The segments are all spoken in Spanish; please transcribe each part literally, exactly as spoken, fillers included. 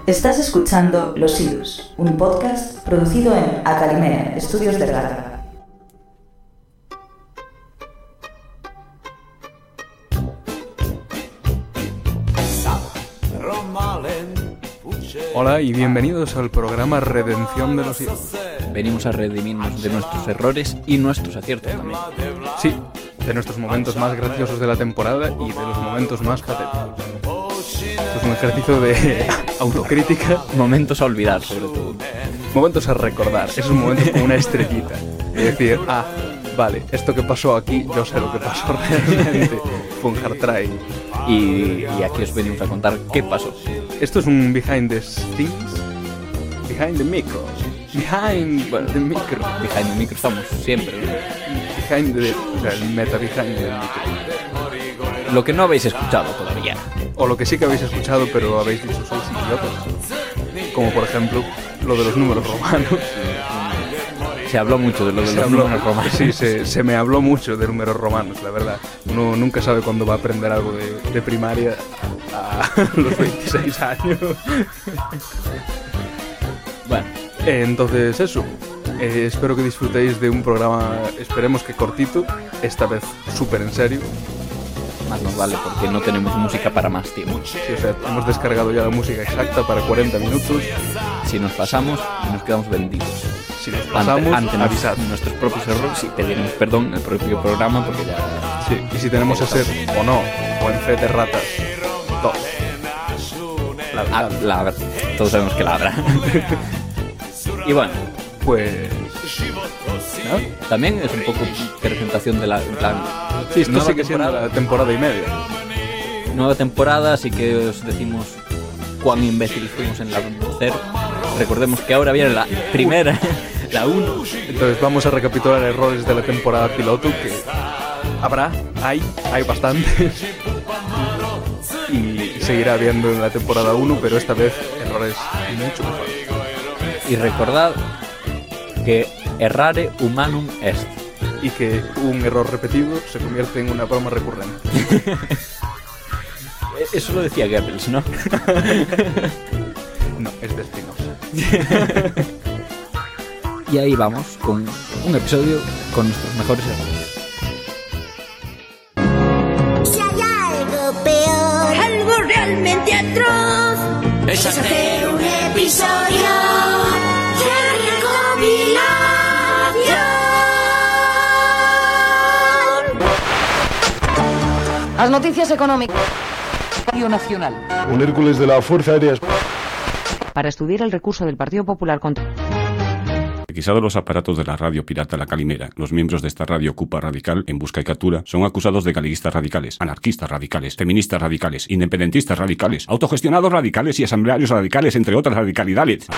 Estás escuchando Los Idus, un podcast producido en A Calimera, Estudios de Gárgara. Hola y bienvenidos al programa Redención de los Idus. Venimos a redimirnos de nuestros errores y nuestros aciertos también. Sí, de nuestros momentos más graciosos de la temporada y de los momentos más patéticos. Esto es un ejercicio de autocrítica. Momentos a olvidar, sobre todo. Momentos a recordar, esos momentos como una estrellita. Y decir, ah, vale, esto que pasó aquí, yo sé lo que pasó realmente. Fue un hard try. Y, y aquí os venimos a contar qué pasó. Esto es un behind the scenes, behind the micro, behind bueno, the micro. Behind the micro estamos siempre, ¿no? Behind the, o sea, el meta behind the micro. Lo que no habéis escuchado todavía. O lo que sí que habéis escuchado, pero habéis dicho sois idiotas. Como por ejemplo, lo de los números romanos. Se habló mucho de lo de se los habló, números romanos. Sí, se, se me habló mucho de números romanos, la verdad. Uno nunca sabe cuándo va a aprender algo de, de primaria a los veintiséis años. Bueno, eh, entonces eso. Eh, espero que disfrutéis de un programa, esperemos que cortito, esta vez súper en serio. Más nos vale porque no tenemos música para más tiempo. Sí, o sea, hemos descargado ya la música exacta para cuarenta minutos. Si nos pasamos, nos quedamos vendidos. Si nos pasamos, ante, ante avisad. Nuestros propios errores, sí, pediremos perdón en el propio programa porque ya... Sí, y si tenemos ese o no, o en fe de ratas, dos. Ah, labra. Todos sabemos que labra. Y bueno, pues... ¿no? También es un poco presentación de la... En plan, sí, esto sí que siendo la temporada y media. Nueva temporada, así que os decimos cuán imbéciles fuimos en la cero. Recordemos que ahora viene la primera, la uno. Entonces vamos a recapitular errores de la temporada piloto, que habrá, hay, hay bastantes. Y seguirá habiendo en la temporada uno, pero esta vez errores mucho mejores. Y recordad que errare humanum est. Y que un error repetido se convierte en una broma recurrente. Eso lo decía Goebbels, ¿no? No, es de Spinoza. Y ahí vamos con un episodio con nuestros mejores errores. Si hay algo peor, algo realmente atroz, es hacer un episodio de recopilación. Las noticias económicas. Radio Nacional. Un Hércules de la Fuerza Aérea. Para estudiar el recurso del Partido Popular contra... Requisados los aparatos de la radio pirata La Calimera, los miembros de esta radio Cupa Radical, en busca y captura, son acusados de galeguistas radicales, anarquistas radicales, feministas radicales, independentistas radicales, autogestionados radicales y asamblearios radicales, entre otras radicalidades.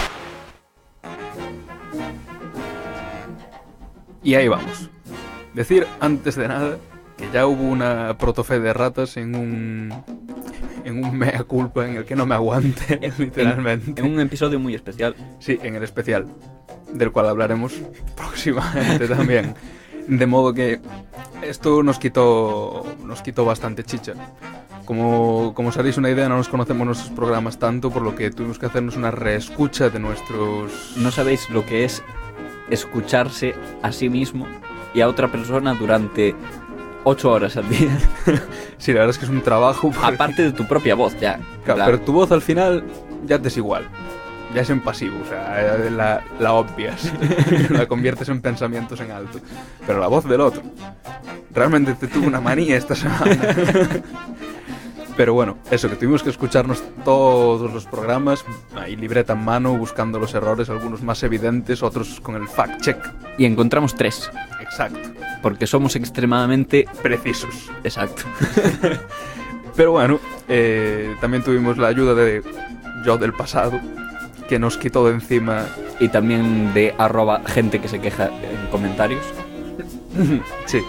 Y ahí vamos. Decir antes de nada que ya hubo una protofe de ratas en un en un mea culpa en el que no me aguante, literalmente. En, en un episodio muy especial. Sí, en el especial, del cual hablaremos próximamente también. De modo que esto nos quitó nos quitó bastante chicha. Como, como os haréis una idea, no nos conocemos nuestros programas tanto, por lo que tuvimos que hacernos una reescucha de nuestros... No sabéis lo que es escucharse a sí mismo y a otra persona durante ocho horas al día. Sí, la verdad es que es un trabajo. Porque... aparte de tu propia voz, ya. Claro, pero tu voz al final ya te es igual. Ya es en pasivo, o sea, la, la obvias. La conviertes en pensamientos en alto. Pero la voz del otro. Realmente te tuvo una manía esta semana. Pero bueno, eso, que tuvimos que escucharnos todos los programas, ahí libreta en mano, buscando los errores, algunos más evidentes, otros con el fact-check. Y encontramos tres. Exacto. Porque somos extremadamente precisos. Exacto. Pero bueno, eh, también tuvimos la ayuda de yo del pasado, que nos quitó de encima. Y también de arroba gente que se queja en comentarios. Sí.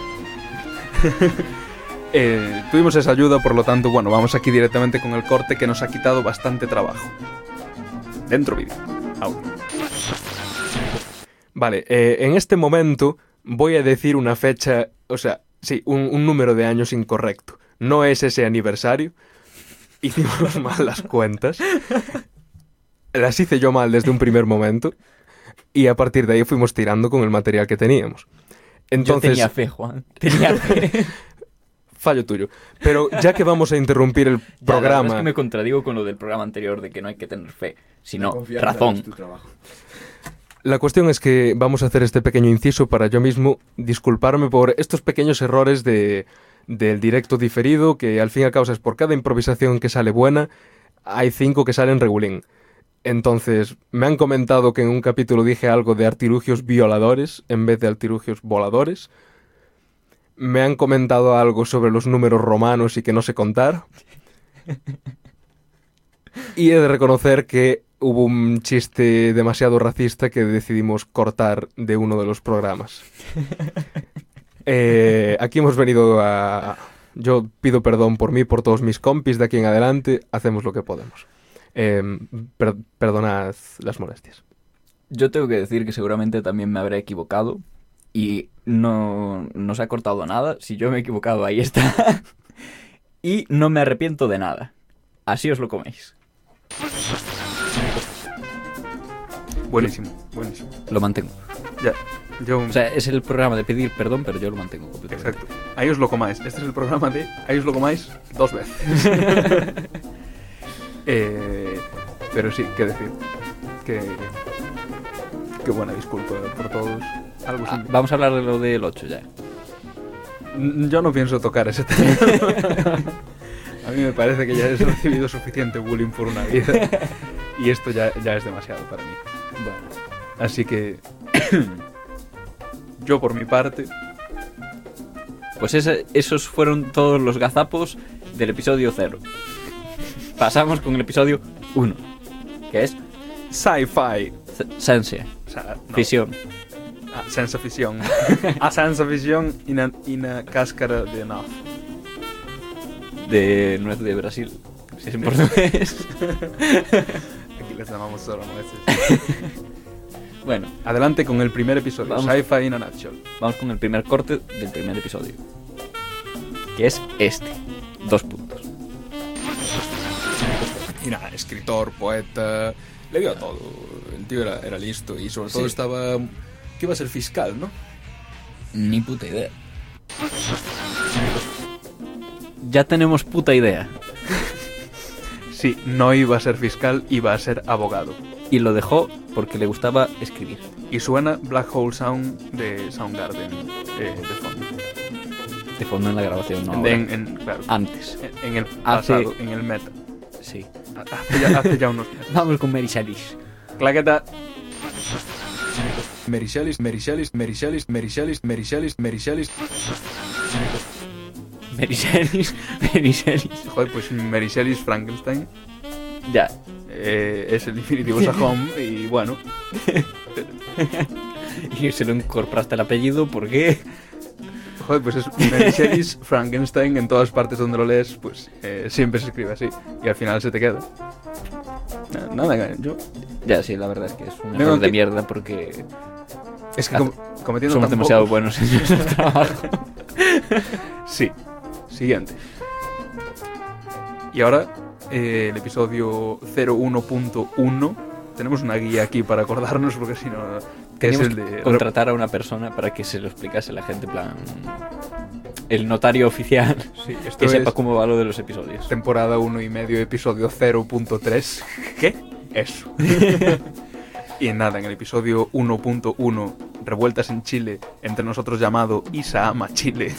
Eh, tuvimos esa ayuda, por lo tanto, bueno, vamos aquí directamente con el corte que nos ha quitado bastante trabajo. Dentro vídeo. Audio. Vale, eh, en este momento voy a decir una fecha, o sea, sí, un, un número de años incorrecto. No es ese aniversario. Hicimos mal las cuentas. las hice yo mal desde un primer momento y a partir de ahí fuimos tirando con el material que teníamos. Entonces, yo tenía fe, Juan. Tenía fe. Fallo tuyo. Pero ya que vamos a interrumpir el Ya, programa... la verdad es que me contradigo con lo del programa anterior de que no hay que tener fe, sino razón. La cuestión es que vamos a hacer este pequeño inciso para yo mismo disculparme por estos pequeños errores de, del directo diferido, que al fin y al cabo es por cada improvisación que sale buena, hay cinco que salen regulín. Entonces, me han comentado que en un capítulo dije algo de artilugios violadores en vez de artilugios voladores. Me han comentado algo sobre los números romanos y que no sé contar. Y he de reconocer que hubo un chiste demasiado racista que decidimos cortar de uno de los programas. Eh, aquí hemos venido a... Yo pido perdón por mí, por todos mis compis de aquí en adelante. Hacemos lo que podemos. Eh, per- perdonad las molestias. Yo tengo que decir que seguramente también me habré equivocado y no, no se ha cortado nada. Si yo me he equivocado, ahí está. Y no me arrepiento de nada. Así os lo coméis. Buenísimo, buenísimo. Lo mantengo. Ya, yo... O sea, es el programa de pedir perdón, pero yo lo mantengo completamente. Exacto. Ahí os lo comáis. Este es el programa de ahí os lo comáis dos veces. eh, pero sí, qué decir. Que... Qué buena disculpa por todos. Algo Ah, sin... vamos a hablar de lo del ocho ya. Yo no pienso tocar ese tema. A mí me parece que ya he recibido suficiente bullying por una vida. Y esto ya, ya es demasiado para mí. Bueno. Así que... yo por mi parte... Pues ese, esos fueron todos los gazapos del episodio cero. Pasamos con el episodio uno, que es Sci-fi. C- Sense, O sea, no. Fisión. Ah, senza ficción. A senza ficción y na, y na cáscara de naf. De nuez de Brasil, si es en portugués. Aquí les llamamos solo nueces. Bueno, Adelante con el primer episodio. Vamos. Sci-fi in a nutshell. vamos con el primer corte del primer episodio, que es este. Dos puntos. Y nada, escritor, poeta, le dio todo. El tío era, era listo y sobre todo Sí. estaba... que iba a ser fiscal, ¿no? Ni puta idea. Ya tenemos puta idea. Sí, no iba a ser fiscal, iba a ser abogado. Y lo dejó porque le gustaba escribir. Y suena Black Hole Sound de Soundgarden eh, de fondo. De fondo en la grabación, no en, ahora. en- en- claro, Antes. en, en el Hace- pasado, en el meta. Sí. Hace ya, hace ya unos meses. Vamos con Mary Shelley's. Claqueta. Merichelis, Merichelis, Merichelis, Merichelis, Merichelis, Merichelis. Mary Shelley's. Mary Shelley's. Joder, pues Mary Shelley's Frankenstein Ya. eh, es el infinitivo sajón y bueno. Y se lo incorporaste al apellido, ¿por qué? Joder, pues es Mary Shelley's Frankenstein. En todas partes donde lo lees, pues eh, siempre se escribe así. Y al final se te queda. Nada, nada, yo... Ya, sí, la verdad es que es un Vengo error de aquí- mierda porque Es que com- cometiendo somos tan demasiado poco- buenos en nuestro trabajo. Sí. Siguiente. Y ahora, eh, el episodio cero uno punto uno. Tenemos una guía aquí para acordarnos porque si no... Que es Teníamos el que de... contratar a una persona para que se lo explicase a la gente, en plan... El notario oficial, Sí, esto que es sepa cómo va lo de los episodios. temporada uno y medio, episodio cero punto tres. ¿Qué? Eso. Y nada, en el episodio uno punto uno, Revueltas en Chile, entre nosotros llamado Isa ama Chile.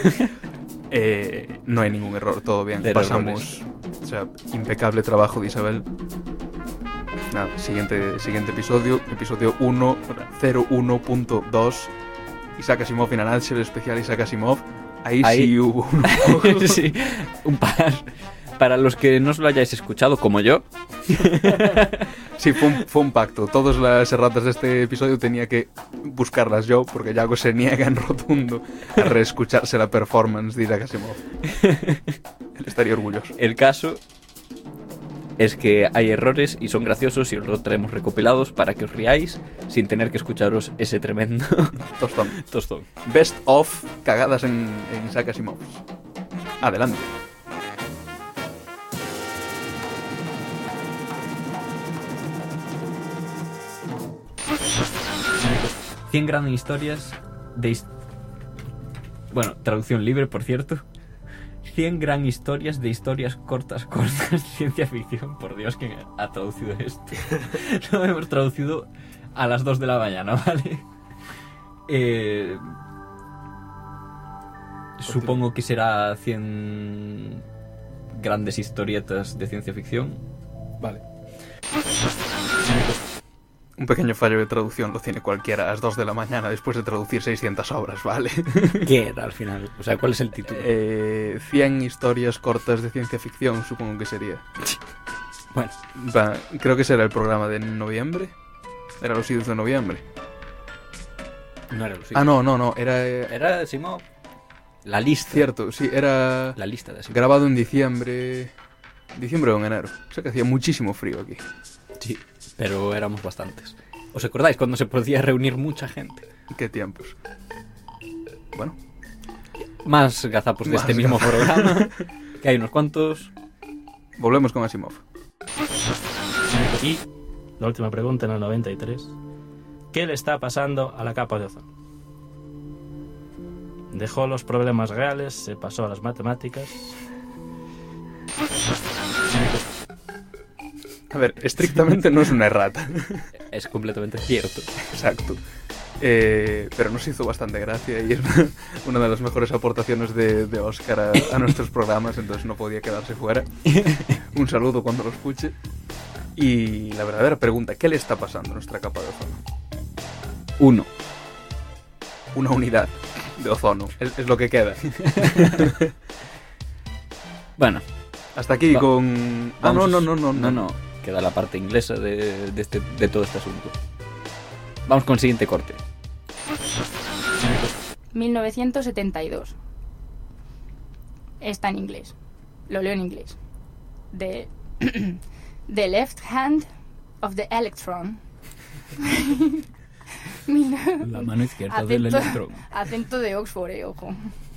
eh, no hay ningún error, todo bien. Cero Pasamos, o sea, impecable trabajo de Isabel. Nada, siguiente, siguiente episodio, episodio uno, cero uno punto dos, Isaac Asimov in a nutshell, especial Isaac Asimov. Ahí, Ahí- sí hubo un... Sí, un par. Para los que no os lo hayáis escuchado, como yo, Sí, fue un, fue un pacto. Todas las erratas de este episodio tenía que buscarlas yo, porque Yago se niega en rotundo a reescucharse la performance de Isaac Asimov. Él estaría orgulloso. el caso es que hay errores y son graciosos y os los traemos recopilados para que os riáis sin tener que escucharos ese tremendo Tostón. tostón. Best of cagadas en, en Isaac Asimov. Adelante. cien grandes historias de... his- Bueno, traducción libre, por cierto. cien gran historias de historias cortas, cortas de ciencia ficción. Por Dios, ¿quién ha traducido esto? Lo hemos traducido a las dos de la mañana, ¿vale? Eh, supongo que será cien grandes historietas de ciencia ficción. Vale. Un pequeño fallo de traducción lo tiene cualquiera a las dos de la mañana después de traducir seiscientas obras, ¿vale? ¿Qué era al final? O sea, ¿cuál es el título? Eh, cien historias cortas de ciencia ficción, supongo que sería. Bueno, Va, creo que será el programa de noviembre. Era los idos de noviembre. no era lo Ah, no, no, no, era... eh, Era Asimov. La lista. Cierto, sí, era La lista de Asimov. grabado en diciembre... Diciembre o en enero. O sea que hacía muchísimo frío aquí. Sí, pero éramos bastantes. ¿Os acordáis cuando se podía reunir mucha gente? ¿Qué tiempos? Bueno, Más gazapos de Más este mismo gazapos. programa. Que hay unos cuantos. volvemos con Asimov. Y la última pregunta en el noventa y tres. ¿Qué le está pasando a la capa de ozono? Dejó los problemas reales, se pasó a las matemáticas. A ver, estrictamente no es una errata. Es completamente cierto. Exacto. Eh, pero nos hizo bastante gracia y es una, una de las mejores aportaciones de, de Óscar a, a nuestros programas, entonces no podía quedarse fuera. Un saludo cuando lo escuche. Y la verdadera pregunta, ¿qué le está pasando a nuestra capa de ozono? Uno. Una unidad de ozono, es, es lo que queda. Bueno. Hasta aquí Va- con... Ah, no, vamos- no, no, no, No, no. Queda la parte inglesa de, de, este, de todo este asunto. Vamos con el siguiente corte. mil novecientos setenta y dos. Está en inglés. Lo leo en inglés. The, the left hand of the electron. Mil- La mano izquierda del Acento- electrón. Acento de Oxford, eh, ojo.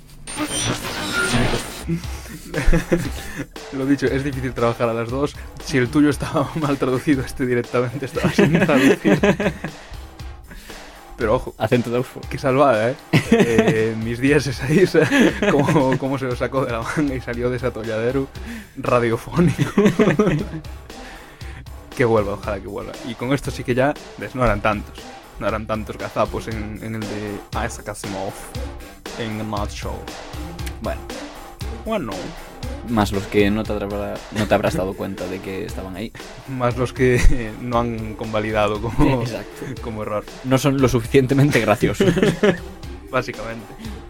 Lo dicho, es difícil trabajar a las dos. Si el tuyo estaba mal traducido, este directamente estaba sin traducir. Pero ojo, Acento de Oxford. qué salvada, ¿eh? eh mis días esa Isa, como, como se lo sacó de la manga y salió de ese atolladero radiofónico. Que vuelva, ojalá que vuelva. Y con esto sí que ya, ves, no eran tantos. No eran tantos gazapos en, en el de Isaac Asimov. En a nutshell. Bueno, Bueno, Más los que no te, habrá- no te habrás dado cuenta de que estaban ahí. más los que no han convalidado como, Exacto. como error. No son lo suficientemente graciosos. Básicamente.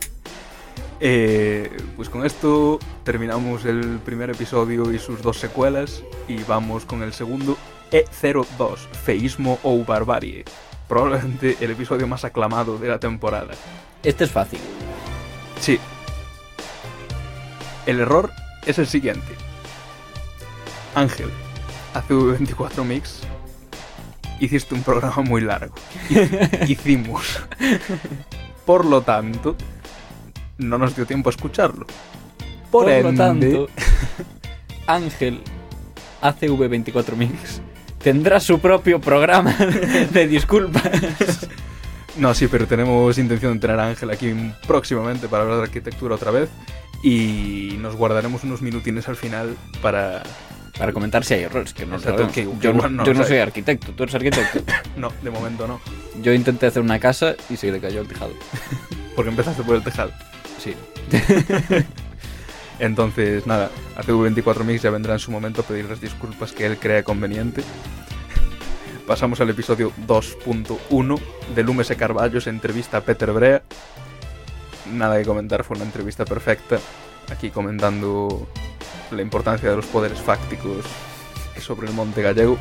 Eh, pues con esto terminamos el primer episodio y sus dos secuelas y vamos con el segundo, E cero dos, Feísmo ou Barbarie. Probablemente el episodio más aclamado de la temporada. Este es fácil. Sí. El error es el siguiente. Ángel, A C V veinticuatro Mix, hiciste un programa muy largo. Hicimos. Por lo tanto, no nos dio tiempo a escucharlo. Por, Por ende, lo tanto, Ángel, A C V veinticuatro Mix, tendrá su propio programa de disculpas. No, sí, pero tenemos intención de tener a Ángel aquí próximamente para hablar de arquitectura otra vez. Y nos guardaremos unos minutines al final para... Para comentar si hay errores, que no lo Exacto, sabemos. que- Yo, que no, igual no yo lo no sé. soy arquitecto, tú eres arquitecto. No, de momento no. Yo intenté hacer una casa y se le cayó el tejado. Porque empezaste por el tejado. Sí. Entonces, nada, A C V veinticuatro Mix ya vendrá en su momento a pedir las disculpas que él crea conveniente. Pasamos al episodio dos punto uno de Lumes e Carballos, entrevista a Peter Brea. Nada que comentar, fue una entrevista perfecta. Aquí comentando la importancia de los poderes fácticos sobre el monte gallego.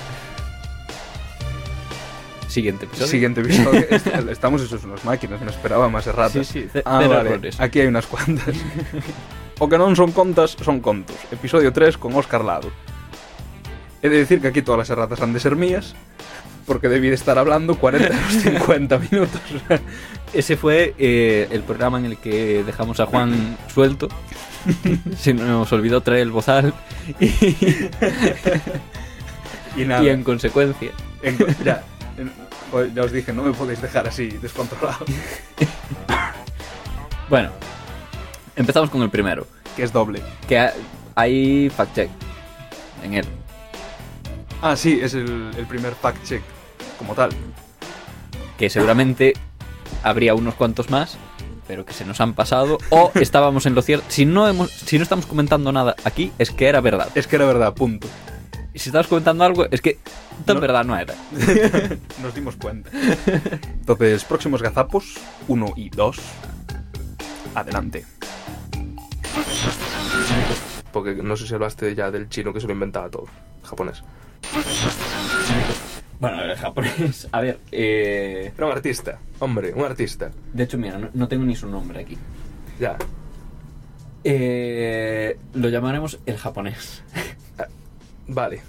Siguiente episodio. Siguiente episodio. Est- Estamos hechos unas máquinas, me esperaba más erratas. Sí, sí, ce- ah, cero vale. errores. Aquí hai unas cuantas. O que non son contas, son contos. Episodio tres con Óscar Lado. He de decir que aquí todas las erratas han de ser mías, porque debí de estar hablando cuarenta o cincuenta minutos. Ese fue eh, el programa en el que dejamos a Juan suelto. Se nos olvidó traer el bozal. Y, Y nada. y en consecuencia. En- ya, en- Pues ya os dije, no me podéis dejar así, descontrolado. Bueno, empezamos con el primero. Que es doble. Que ha- hay fact-check en él. Ah, sí, es el, el primer fact-check como tal. Que seguramente habría unos cuantos más, pero que se nos han pasado o estábamos en lo cierto. Si no hemos, si no estamos comentando nada aquí, es que era verdad. Es que era verdad, punto. Y si estamos comentando algo, es que tan No. verdad no era. Nos dimos cuenta. Entonces, próximos gazapos, uno y dos. Adelante. Porque no sé si hablaste ya del chino que se lo inventaba todo. Japonés. Bueno, el japonés. A ver, eh... Era un artista. Hombre, un artista. de hecho, mira, no, no tengo ni su nombre aquí. Ya. Eh... Lo llamaremos el japonés. Vale.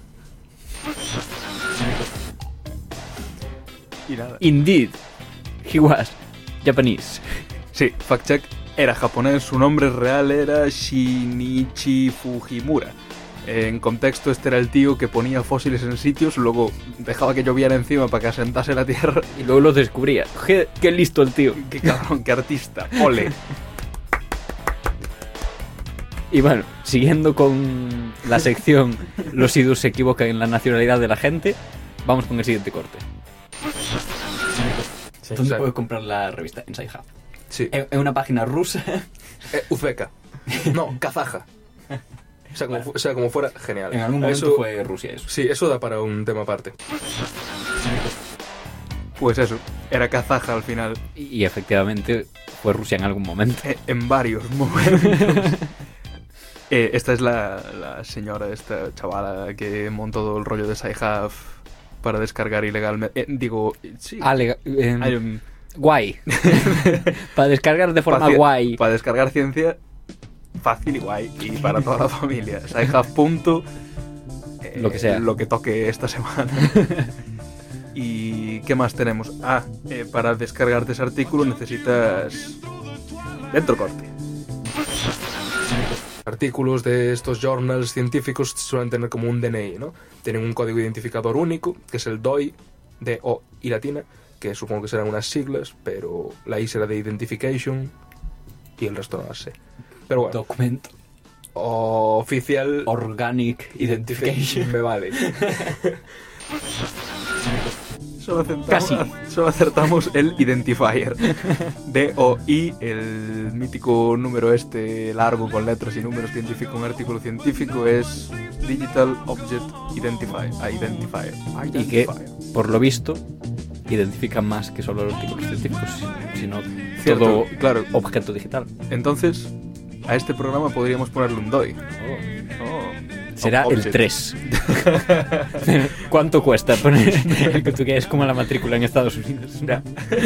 Y nada. Indeed, he was Japanese. Sí, fact-check era japonés, su nombre real era Shinichi Fujimura. En contexto, este era el tío que ponía fósiles en sitios, luego dejaba que lloviera encima para que asentase la tierra. Y luego lo descubría. ¡Qué, qué listo el tío! ¡Qué cabrón, qué artista! ¡Ole! Y bueno, siguiendo con la sección Los idus se equivocan en la nacionalidad de la gente, vamos con el siguiente corte. Sí, ¿Dónde o sea- puedo comprar la revista? En SciHub. Sí. Es es una página rusa. Eh, uzbeca. No, kazaja. O sea, como, fu- o sea, como fuera, genial. En algún momento Eso- fue Rusia eso. Sí, eso da para un tema aparte. Pues eso, era kazaja al final. Y, y efectivamente fue Rusia en algún momento. Eh, en varios momentos. Eh, esta es la, la señora, esta chavala que montó todo el rollo de SciHub para descargar ilegalmente. Eh, digo, sí. Ah, lega- eh, Hay un- guay. Para descargar de forma Para guay. Para descargar ciencia fácil y guay. Y para toda la familia. SciHub punto. eh, Lo que sea. Lo que toque esta semana. ¿Y qué más tenemos? Ah, eh, para descargarte ese artículo necesitas... Dentro corte. Artículos de estos journals científicos suelen tener como un D N I, ¿no? Tienen un código identificador único, que es el D O I, D O I latina, que supongo que serán unas siglas, pero la I será de Identification y el resto no las sé. Pero bueno, Documento. oficial Organic Identification. me vale. Solo acertamos, Casi. solo acertamos el identifier. D O I, el mítico número este largo con letras y números que identifica un artículo científico, es Digital Object Identifier. Identifier. Y que, por lo visto, identifica más que solo los artículos científicos, sino Cierto, todo claro. objeto digital. Entonces, a este programa podríamos ponerle un D O I. Oh. Será el Object. tres. ¿Cuánto cuesta poner el que tú quieres como la matrícula en Estados Unidos? Ya.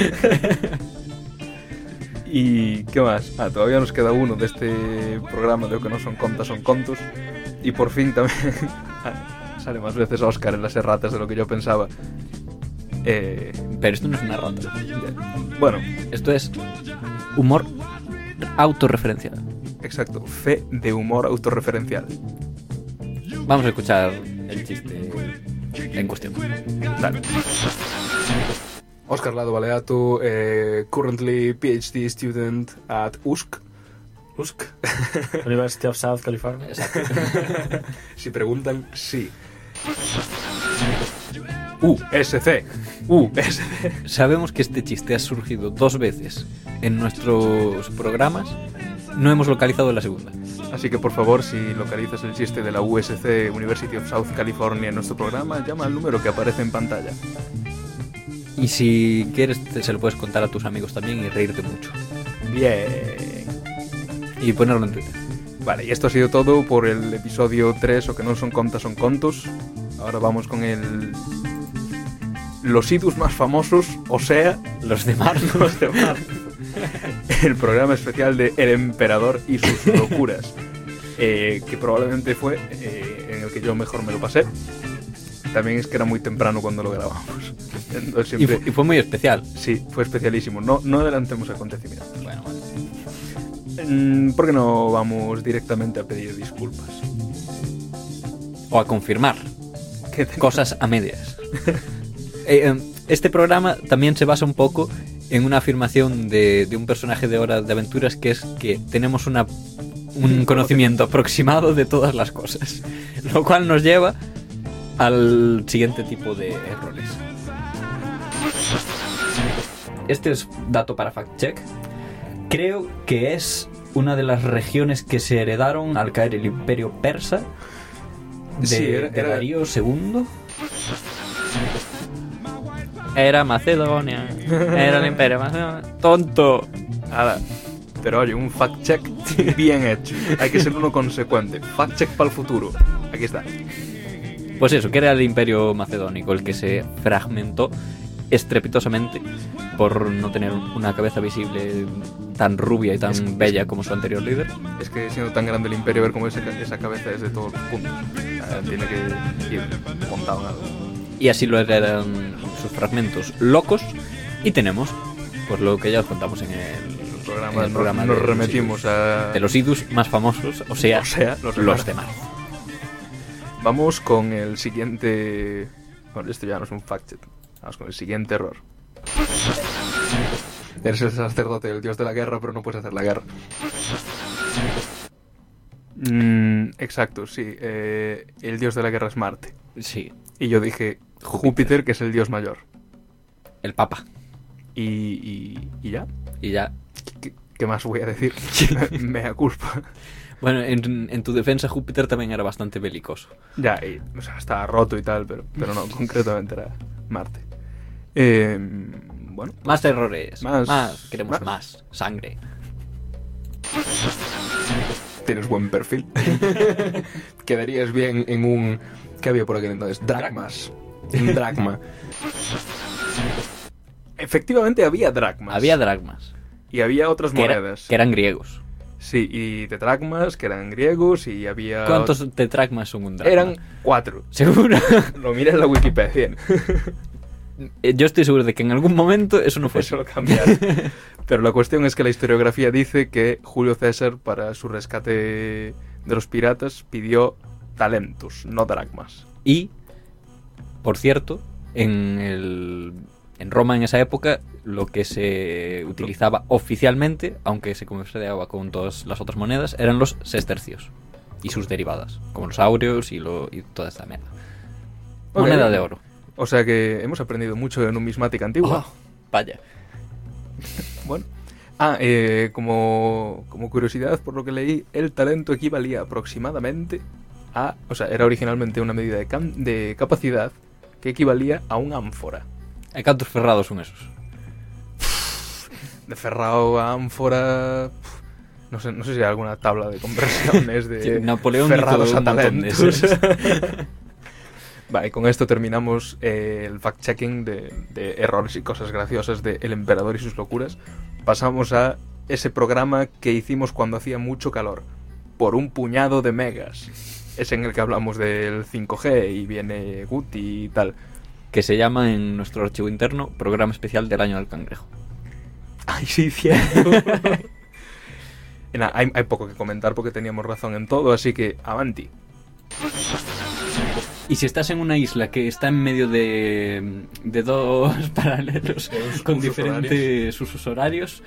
¿Y qué más? Ah, todavía nos queda uno de este programa de O que no son contas, son contos. Y por fin también ah, sale más veces Oscar en las erratas de lo que yo pensaba. Eh, Pero esto no es una rata. bueno, Esto es humor autorreferencial. exacto. Fe de humor autorreferencial. Vamos a escuchar el chiste en cuestión. Dale. Oscar Lado Baleato, eh, currently PhD student at U S C. U S C. University of South California. Si preguntan, sí. U S C. U S C. Sabemos que este chiste ha surgido dos veces en nuestros programas. No hemos localizado la segunda. Así que por favor, si localizas el chiste de la U S C, University of South California, en nuestro programa, llama al número que aparece en pantalla. Y si quieres, te- se lo puedes contar a tus amigos también y reírte mucho. Bien. Y ponerlo en Twitter. Vale, y esto ha sido todo por el episodio tres, o que no son contas, son contos. Ahora vamos con el... Los idus más famosos, o sea... Los de marzo. Los de marzo. El programa especial de El Emperador y sus locuras. Eh, que probablemente fue eh, en el que yo mejor me lo pasé. También es que era muy temprano cuando lo grabamos. Entonces Y, siempre... fu- y fue muy especial. Sí, fue especialísimo. No, no adelantemos acontecimientos. Bueno, vale. Mm, ¿Por qué no vamos directamente a pedir disculpas? O a confirmar ¿Qué te- cosas a medias. Eh, eh, Este programa también se basa un poco en una afirmación de, de un personaje de Hora de Aventuras, que es que tenemos una, un conocimiento aproximado de todas las cosas, lo cual nos lleva al siguiente tipo de errores. Este es dato para fact check. Creo que es una de las regiones que se heredaron al caer el Imperio Persa de, Sí, era- de era- Darío segundo. Era Macedonia. Era el Imperio Macedonia. ¡Tonto! Nada. Pero oye, un fact check bien hecho. Hay que ser uno consecuente. Fact check para el futuro. Aquí está. Pues eso, que era el Imperio Macedónico el que se fragmentó estrepitosamente por no tener una cabeza visible tan rubia y tan Es que- bella como su anterior líder. Es que siendo tan grande el imperio, ver cómo esa, esa cabeza es de todos los puntos. Eh, tiene que ir montado en algo. Y así lo eran sus fragmentos locos. Y tenemos, pues lo que ya os contamos en el programa, en el nos- programa nos de los remitimos idus. a- de los idus más famosos, o sea, O sea, los los, de de Marte. Marte. Vamos con el siguiente... Bueno, esto ya no es un fact check. Vamos con el siguiente error. Eres el sacerdote, el dios de la guerra, pero no puedes hacer la guerra. Mm, exacto, sí. eh, el dios de la guerra es Marte. Sí. Y yo dije Júpiter, que es el dios mayor. El Papa. Y, y, y ya. Y ya. ¿Qué, qué más voy a decir? Mea culpa. Bueno, en, en tu defensa Júpiter también era bastante belicoso. Ya, y, o sea, estaba roto y tal, pero, pero no, concretamente era Marte. Eh, bueno. Más errores. Más. Más. Queremos más. más. Sangre. Tienes buen perfil. Quedarías bien en un... ¿Qué había por aquel entonces? Dracmas. Un dracma. Efectivamente había dracmas. Había dracmas. Y había otras Que, era- monedas. que eran griegos. Sí, y tetracmas, que eran griegos, y había... ¿Cuántos tetracmas son un dracma? Eran cuatro. ¿Seguro? Lo miré en la Wikipedia. Eh, Yo estoy seguro de que en algún momento eso no fue Eso así. lo cambiaron. Pero la cuestión es que la historiografía dice que Julio César, para su rescate de los piratas, pidió talentos, no dracmas. Y, por cierto, en, el, en Roma en esa época, lo que se utilizaba oficialmente, aunque se comerciaba con todas las otras monedas, eran los sestercios y sus derivadas, como los áureos y, lo, y toda esta mierda. Ok. Moneda de oro. O sea que hemos aprendido mucho de numismática antigua. Oh, vaya. Bueno. Ah, eh, como, como curiosidad, por lo que leí, el talento equivalía aproximadamente a... O sea, era originalmente una medida de, cam- de capacidad que equivalía a un ánfora. ¿A cuántos ferrados son esos? De ferrao a ánfora... No sé, no sé si hay alguna tabla de conversiones de Sí, Napoleón ferrados hizo a un montón de talentos. esas. Vale, con esto terminamos eh, el fact-checking de, de errores y cosas graciosas de El Emperador y sus locuras. Pasamos a ese programa que hicimos cuando hacía mucho calor, por un puñado de megas. Es en el que hablamos del cinco G y viene Guti y tal. Que se llama en nuestro archivo interno Programa Especial del Año del Cangrejo. Ay, sí, cierto. Y nada, hay, hay poco que comentar porque teníamos razón en todo, así que avanti. Y si estás en una isla que está en medio de, de dos paralelos con usos diferentes usos horarios,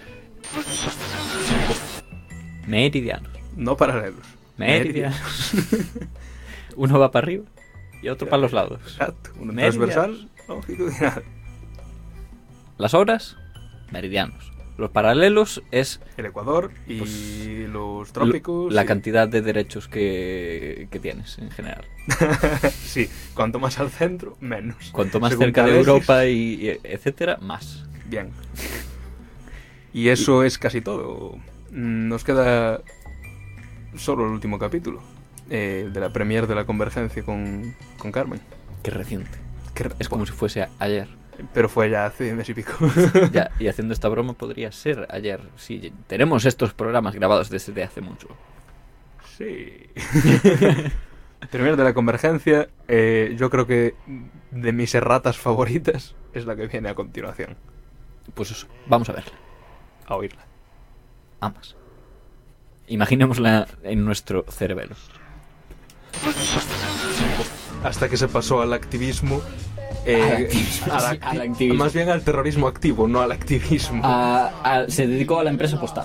meridianos. No paralelos. Meridianos. Uno va para arriba y otro para los lados. Exacto. Uno Meridianos. transversal, longitudinal. Las horas, meridianos. Los paralelos es El Ecuador y Pues, los trópicos. la y- cantidad de derechos que, que tienes en general. Sí, cuanto más al centro, menos. Cuanto más Según cerca de cada eje, Europa y, y etcétera, más. Bien. Y eso es casi todo. Mm, Nos queda solo el último capítulo. eh, de la premier de la Convergencia con, con Carmen. Qué reciente. Qué re- Es como si fuese a- ayer. Pero fue ya hace mes y pico. Ya, y haciendo esta broma podría ser ayer. Sí, tenemos estos programas grabados desde hace mucho. Sí. Premier de la Convergencia, eh, yo creo que de mis erratas favoritas es la que viene a continuación. Pues eso, vamos a verla. A oírla. Ambas. Imaginémosla en nuestro cerebelo. Hasta que se pasó al activismo, Eh, Al activismo, al sí, acti- al activismo. Más bien al terrorismo activo, no al activismo. A- a- se dedicó a la empresa postal.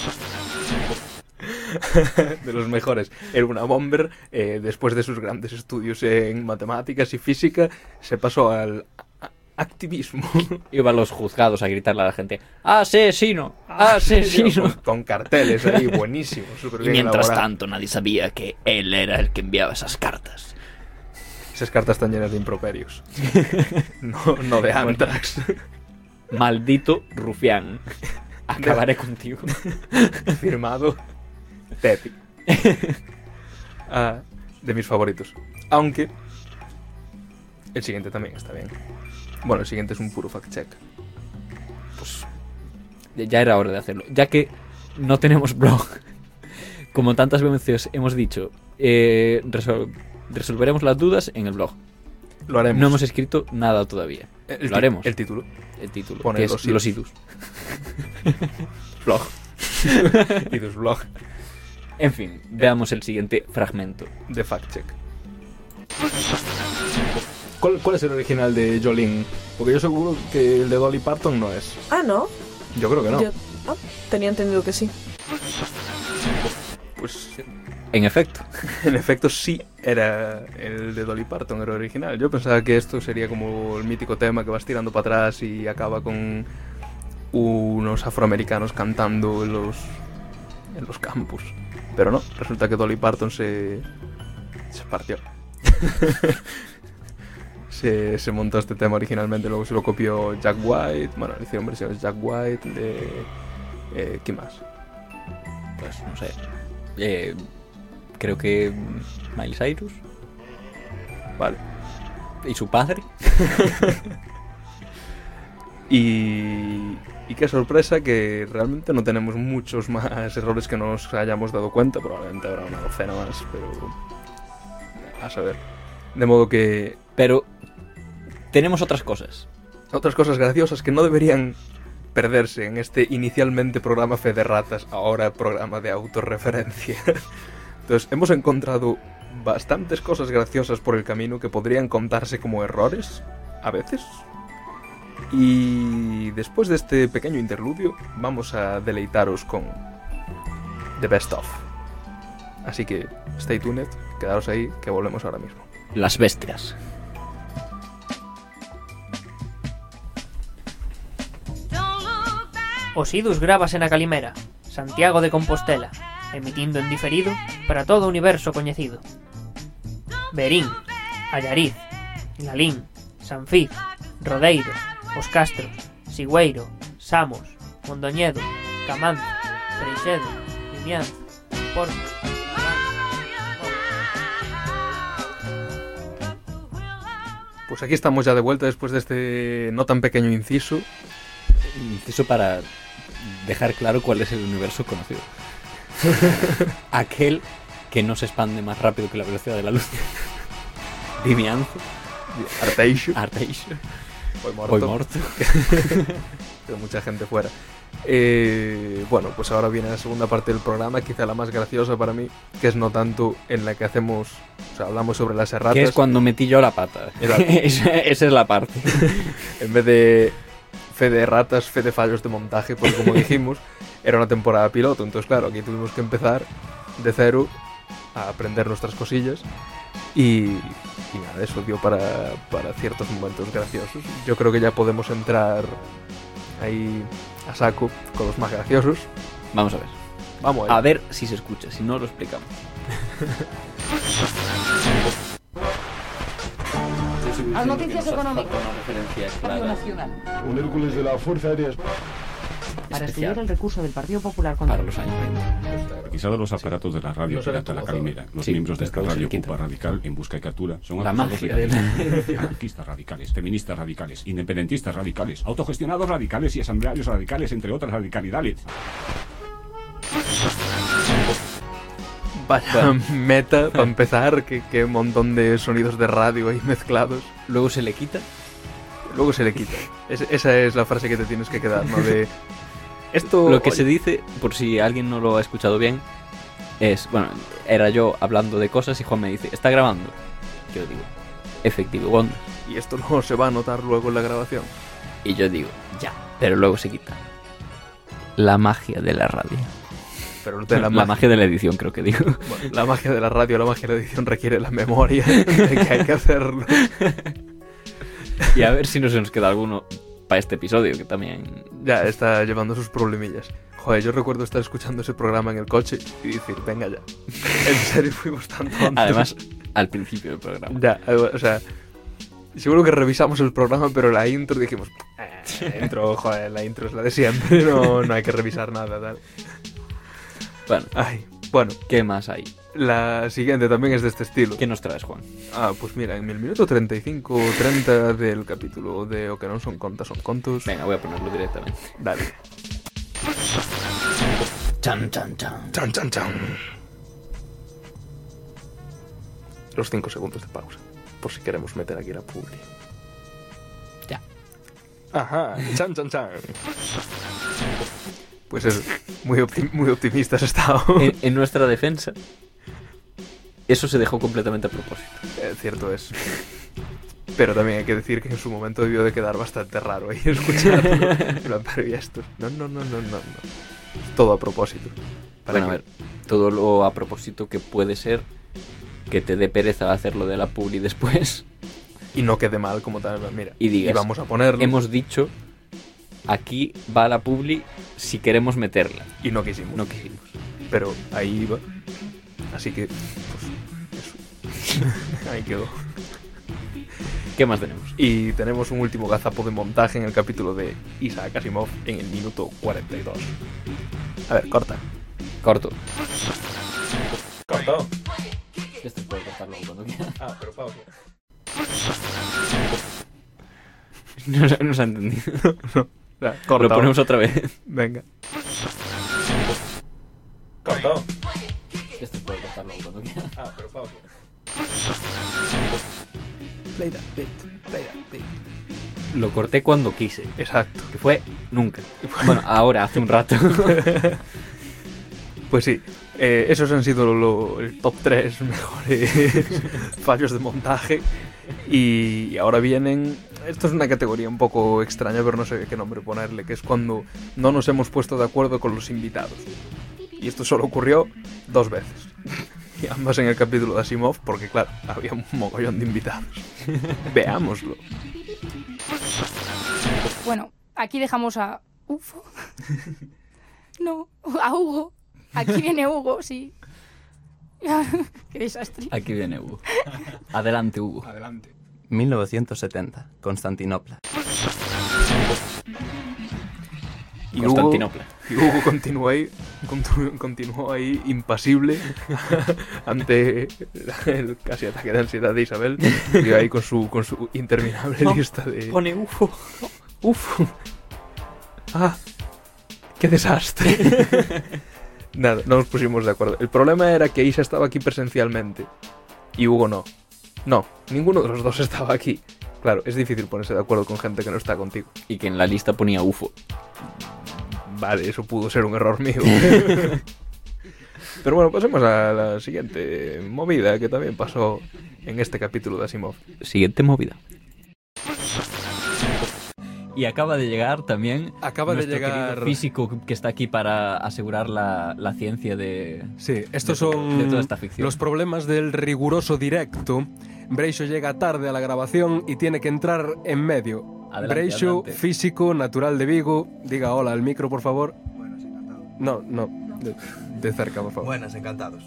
De los mejores. Era una bomber. Eh, después de sus grandes estudios en matemáticas y física, se pasó al a- activismo. Iba a los juzgados a gritarle a la gente: ¡asesino! ¡asesino! con, con carteles ahí buenísimos, súper Y bien mientras elaborados. tanto nadie sabía que él era el que enviaba esas cartas. Esas cartas están llenas de improperios. No, no de Antrax. Maldito rufián. Acabaré contigo. Firmado Pepi. Ah, de mis favoritos. Aunque el siguiente también está bien. Bueno, el siguiente es un puro fact check. Pues ya era hora de hacerlo. Ya que no tenemos blog, como tantas veces hemos dicho, eh, resol- resolveremos las dudas en el blog. Lo haremos. No hemos escrito nada todavía. El Lo ti- haremos. El título. El título. Pone que es los Los idus. idus. Blog. Idus blog. En fin, veamos el siguiente fragmento. De fact check. ¿Cuál, ¿Cuál es el original de Jolene? Porque yo seguro que el de Dolly Parton no es. Ah, ¿no? Yo creo que no. Yo ah, tenía entendido que sí. Pues En efecto. en efecto sí era el de Dolly Parton, era original. Yo pensaba que esto sería como el mítico tema que vas tirando para atrás y acaba con unos afroamericanos cantando en los en los campus. Pero no, resulta que Dolly Parton se se partió. se, se montó este tema originalmente, luego se lo copió Jack White. Bueno, le hicieron versiones Jack White de eh, ¿quién más? Pues no sé. Eh, creo que Miley Cyrus. Vale. Y su padre. Y, y qué sorpresa que realmente no tenemos muchos más errores que nos hayamos dado cuenta. Probablemente habrá una docena más, pero a saber. De modo que Pero tenemos otras cosas. otras cosas graciosas que no deberían perderse en este inicialmente programa Fe de Ratas, ahora programa de autorreferencia. Entonces hemos encontrado bastantes cosas graciosas por el camino que podrían contarse como errores, a veces. Y después de este pequeño interludio, vamos a deleitaros con The Best Of. Así que, stay tuned, quedaros ahí, que volvemos ahora mismo. Las bestias. Os idus gravas en a Calimera, Santiago de Compostela, emitindo en diferido para todo o universo coñecido. Verín, Allariz, Lalín, Sanfiz, Rodeiro, Os Castros, Sigüeiro, Samos, Mondoñedo, Camanzo, Freixedo, Vimianzo, Porto, Pues aquí estamos ya de vuelta después de este no tan pequeño inciso. Inciso para dejar claro cuál es el universo conocido. Aquel que no se expande más rápido que la velocidad de la luz. Vimianzo. Arteixo. Arteixo. Voy muerto. Voy muerto. Pero mucha gente fuera. Eh, bueno, pues ahora viene la segunda parte del programa, quizá la más graciosa para mí, que es no tanto en la que hacemos, o sea, hablamos sobre las erratas. Que es cuando metí yo la pata. esa, esa es la parte. En vez de fe de erratas, fe de fallos de montaje, porque como dijimos, era una temporada piloto, entonces claro, aquí tuvimos que empezar de cero a aprender nuestras cosillas y, y nada, eso dio para, para ciertos momentos graciosos. Yo creo que ya podemos entrar ahí a saco con los más graciosos. Vamos a ver. Vamos a ver si se escucha, si no lo explicamos. Las noticias económicas. Radio Nacional. Un Hércules de la Fuerza Aérea. Para estudiar el recurso del Partido Popular contra para los años veinte. Requisados los aparatos de la radio No se ve pirata La todo, Calimera, los sí, miembros de esta después se radio quita. Cupa Radical en busca y captura son La acusados magia de de la- anarquistas radicales, feministas radicales, independentistas radicales, autogestionados radicales y asamblearios radicales, entre otras radicalidades. Vaya Bueno. meta, para empezar, que, que un montón de sonidos de radio ahí mezclados. Luego se le quita. Luego se le quita. Es- esa es la frase que te tienes que quedar, ¿no? De esto. Lo que oye, se dice, por si alguien no lo ha escuchado bien, es, bueno, era yo hablando de cosas y Juan me dice, ¿está grabando? Yo digo, efectivo Wonder. Y esto no se va a notar luego en la grabación. Y yo digo, ya, pero luego se quita. La magia de la radio. Pero de la, la magia. magia de la edición, creo que digo. Bueno, la magia de la radio, la magia de la edición requiere la memoria de que hay que hacerlo. Y a ver si no se nos queda alguno para este episodio, que también... Ya, está llevando sus problemillas. Joder, yo recuerdo estar escuchando ese programa en el coche y decir, venga ya. En serio, fuimos tanto antes. Además, al principio del programa. Ya, o sea... Seguro que revisamos el programa, pero la intro dijimos... Eh, la intro, joder, la intro es la de siempre. No, no hay que revisar nada, tal. Bueno, Ay, bueno, ¿qué más hay? la siguiente también es de este estilo. ¿Qué nos traes, Juan? Ah, pues mira, en el minuto treinta y cinco treinta del capítulo de O que non son contas son contos. Venga, voy a ponerlo directamente. Dale. Chan, chan, chan. Chan, chan, chan. Los cinco segundos de pausa. Por si queremos meter aquí la publi. Ya. Ajá, chan, chan, chan. Pues eso, muy, optim muy optimista has estado. En, en nuestra defensa, eso se dejó completamente a propósito. Eh, cierto es. Pero también hay que decir que en su momento debió de quedar bastante raro ahí escucharlo. Pero y esto, no, no, no, no, no, no. Todo a propósito. Bueno, que... a ver, todo lo a propósito que puede ser que te dé pereza hacerlo de la publi después. Y no quede mal como tal, mira. Y digas, y vamos a ponerlo. Hemos dicho, aquí va la publi si queremos meterla. Y no quisimos. No quisimos. Pero ahí va. Así que, pues, eso. Ahí quedó. ¿Qué más tenemos? Y tenemos un último gazapo de montaje en el capítulo de Isaac Asimov en el minuto cuarenta y dos. A ver, corta. Corto. Corto. Este puede cortarlo cuando quiera. Ah, pero pausa. No, se- no se ha entendido. No. Ya, corta. Lo ponemos otra vez. Venga. Corto. Este puede cortarlo cuando quiera. Ah, pero pausa. Play that beat, play that beat. Lo corté cuando quise. Exacto. Que fue nunca. Bueno, ahora, hace un rato. Pues sí, eh, esos han sido lo, el top tres mejores fallos de montaje. Y ahora vienen... Esto es una categoría un poco extraña, pero no sé qué nombre ponerle, que es cuando no nos hemos puesto de acuerdo con los invitados. Y esto solo ocurrió dos veces. Y ambas en el capítulo de Asimov, porque claro, había un mogollón de invitados. Veámoslo. Bueno, aquí dejamos a Ufo. No, a Hugo. Aquí viene Hugo, sí. Qué desastre. Aquí viene Hugo. Adelante, Hugo. Adelante. mil novecientos setenta, Constantinopla. Y Constantinopla. Hugo, y Hugo continuó ahí, continu- continuó ahí impasible ante el casi ataque de ansiedad de Isabel, y ahí con su, con su interminable No, lista de... Pone Ufo. Uf. Ah, qué desastre. Nada, no nos pusimos de acuerdo. El problema era que Isa estaba aquí presencialmente y Hugo no. No, ninguno de los dos estaba aquí. Claro, es difícil ponerse de acuerdo con gente que no está contigo. Y que en la lista ponía Ufo. Vale, eso pudo ser un error mío. Pero bueno, pasemos a la siguiente movida que también pasó en este capítulo de Asimov. Siguiente movida. Y acaba de llegar también Acaba de nuestro llegar- querido físico que está aquí para asegurar la, la ciencia de... Sí, estos de- son de toda esta ficción. los problemas del riguroso directo. Breixo llega tarde a la grabación y tiene que entrar en medio. Adelante, Breixo, adelante. físico, natural de Vigo. Diga hola al micro, por favor. No, no, de, de cerca, por favor. Buenas, encantados.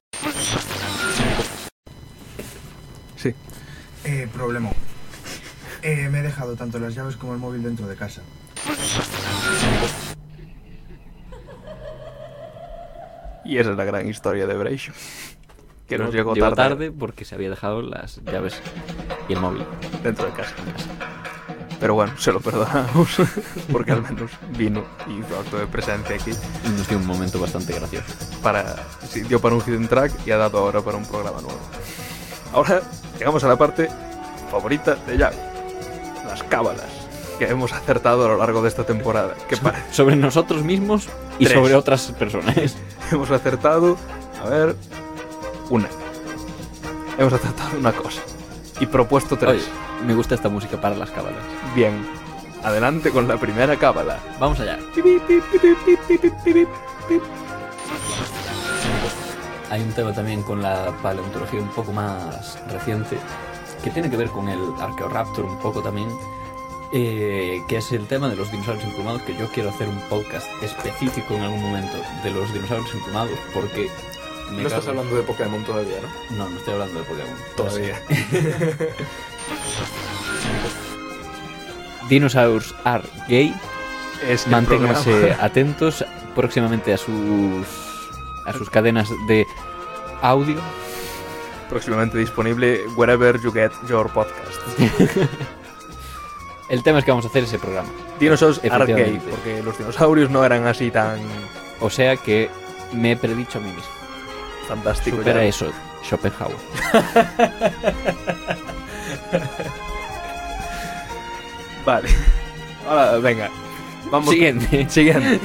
Sí. Eh, problema. Eh, me he dejado tanto las llaves como el móvil dentro de casa. Y esa es la gran historia de Breixo. Que nos No, llegó, llegó tarde, tarde porque se había dejado las llaves y el móvil dentro de casa. Pero bueno, se lo perdonamos porque al menos vino y hizo acto de presencia aquí. Y nos dio un momento bastante gracioso. Para, sí, dio para un hidden track y ha dado ahora para un programa nuevo. Ahora llegamos a la parte favorita de Yago. Las cábalas que hemos acertado a lo largo de esta temporada. ¿Qué parece? Sobre nosotros mismos y Tres. sobre otras personas. Hemos acertado, a ver, una. Hemos acertado una cosa. Y propuesto tres. Oye, me gusta esta música para las cábalas. Bien. Adelante con la primera cábala. Vamos allá. Hay un tema también con la paleontología un poco más reciente que tiene que ver con el Archaeoraptor un poco también, eh, que es el tema de los dinosaurios emplumados, que yo quiero hacer un podcast específico en algún momento de los dinosaurios emplumados, porque... No estás hablando de Pokémon todavía, ¿no? No, no estoy hablando de Pokémon. Todavía. Dinosaurs are gay. Es que Manténganse atentos próximamente a sus a sus cadenas de audio. Próximamente disponible wherever you get your podcast. El tema es que vamos a hacer ese programa. Dinosaurs are gay, porque los dinosaurios no eran así tan... O sea que me he predicho a mí mismo. Fantástico. Supera ya. eso, Schopenhauer. Vale. Ahora, venga. Vamos. Siguiente. Siguiente.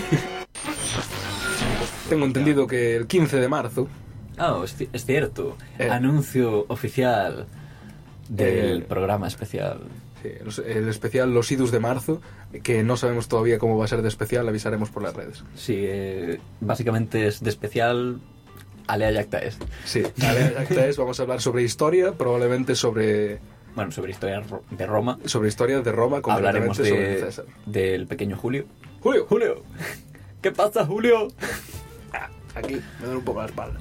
Tengo entendido que el quince de marzo... Ah, oh, es, es cierto. Eh. Anuncio oficial del Eh. programa especial. Sí, los- el especial Los Idus de marzo, que no sabemos todavía cómo va a ser de especial, avisaremos por las redes. Sí, eh, básicamente es de especial Alea Yacta es. Sí, vale, acta es, vamos a hablar sobre historia, probablemente sobre... Bueno, sobre historia ro- de Roma. Sobre historia de Roma, Hablaremos concretamente sobre de, César. del pequeño Julio. Julio, Julio. ¿Qué pasa, Julio? Aquí me duele un poco la espalda.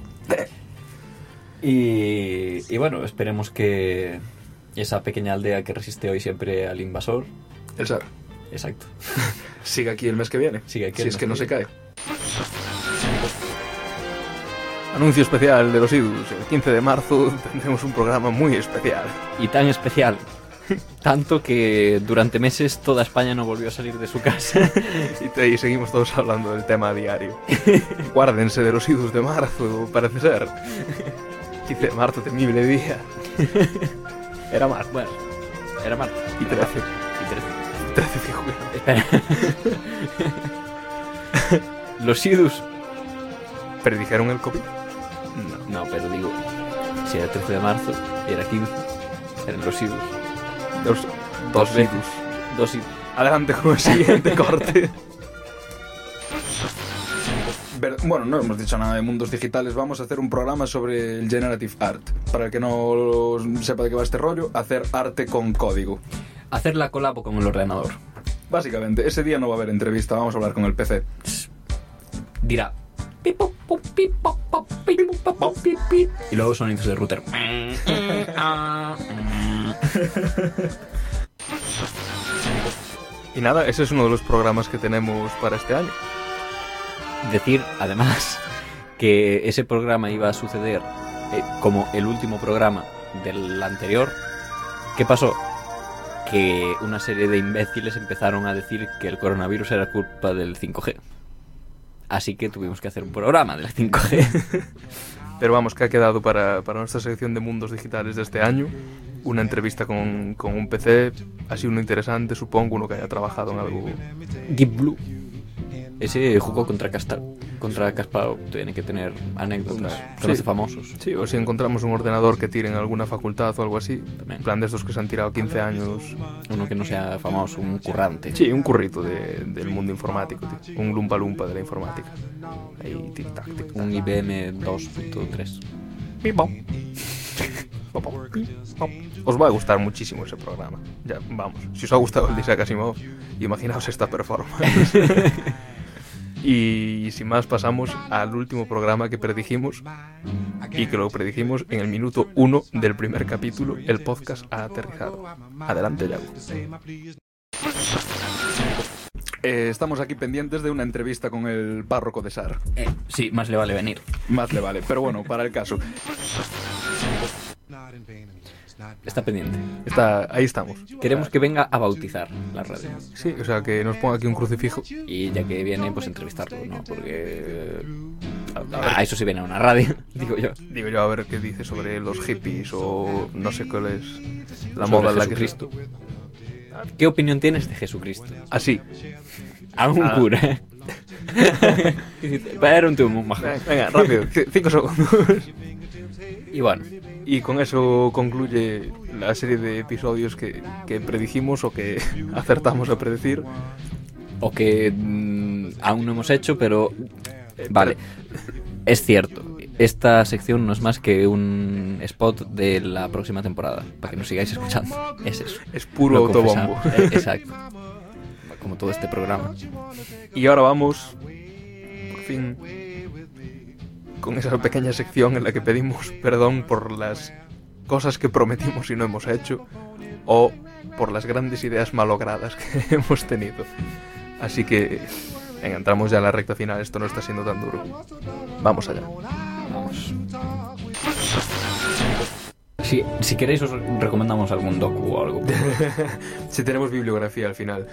Y, y bueno, esperemos que esa pequeña aldea que resiste hoy siempre al invasor. El Sar. Exacto. Sigue aquí el mes que viene. Sigue aquí si el es mes que no que se viene. cae. Anuncio especial de los Idus. El quince de marzo tendremos un programa muy especial. Y tan especial. Tanto que durante meses toda España no volvió a salir de su casa. Y, te- y seguimos todos hablando del tema a diario. Guárdense de los Idus de marzo, parece ser. quince de marzo, temible día. Era marzo. Bueno, era marzo. Y trece. Y trece. trece de julio. Espera. Los Idus. ¿Predijeron el COVID? No, pero digo, si era trece de marzo y era quince, eran los Idus. Dos, dos veces. Idus. Dos Idus. Adelante con el siguiente corte. Ver- Bueno, no hemos dicho nada de mundos digitales. Vamos a hacer un programa sobre el Generative Art. Para el que no sepa de qué va este rollo, hacer arte con código. Hacer la colabo con el ordenador. Básicamente, ese día no va a haber entrevista, vamos a hablar con el P C. Dirá. pip, pop, pop, pip, pop, pop, pip, pop, pop, pip, pip. Y luego sonidos de router. Y nada, ese es uno de los programas que tenemos para este año. Decir, además, que ese programa iba a suceder eh, como el último programa del anterior. ¿Qué pasó? Que una serie de imbéciles empezaron a decir que el coronavirus era culpa del cinco G. Así que tuvimos que hacer un programa del cinco G. Pero vamos, que ha quedado para, para nuestra sección de mundos digitales de este año. Una entrevista con, con un P C, así uno interesante, supongo, uno que haya trabajado en algo. Deep Blue. Ese jugó contra Casta contra Kasparov. Tiene que tener anécdotas. Conoce Sí. famosos. Sí, o si encontramos un ordenador que tire en alguna facultad o algo así. En plan de estos que se han tirado quince años. Uno que no sea famoso, un currante. Sí, un currito de, del mundo informático, tío. Un lumpa lumpa de la informática. Ahí, tic tac, tic tac. Un I B M dos punto tres. Os va a gustar muchísimo ese programa. Ya, vamos. Si os ha gustado el de Isaac Asimov, imaginaos esta performance. Y sin más pasamos al último programa que predijimos y que lo predijimos en el minuto uno del primer capítulo. El podcast ha aterrizado. Adelante, Yago. Eh, estamos aquí pendientes de una entrevista con el párroco de Sar. Eh, sí, más le vale venir. Más le vale, pero bueno, para el caso. Está pendiente. Está, ahí estamos. Queremos que venga a bautizar la radio. Sí, o sea, que nos ponga aquí un crucifijo. Y ya que viene, pues entrevistarlo, ¿no? Porque... A, a eso sí viene a una radio, digo yo. Digo yo, a ver qué dice sobre los hippies o no sé cuál es la Sobre moda en la que... Jesucristo. ¿Qué opinión tienes de Jesucristo? Así. A un Ah. cura. Era un tío muy majo. Venga, rápido, c- cinco segundos. Y bueno. Y con eso concluye la serie de episodios que, que predijimos o que acertamos a predecir. O que mmm, aún no hemos hecho, pero... Vale, es cierto. Esta sección no es más que un spot de la próxima temporada, para que nos sigáis escuchando. Es eso. Es puro autobombo. Eh, exacto. Como todo este programa. Y ahora vamos, por fin, con esa pequeña sección en la que pedimos perdón por las cosas que prometimos y no hemos hecho, o por las grandes ideas malogradas que hemos tenido. Así que venga, entramos ya en la recta final, esto no está siendo tan duro. Vamos allá. Vamos. Si, si queréis os recomendamos algún docu o algo. Si tenemos bibliografía al final.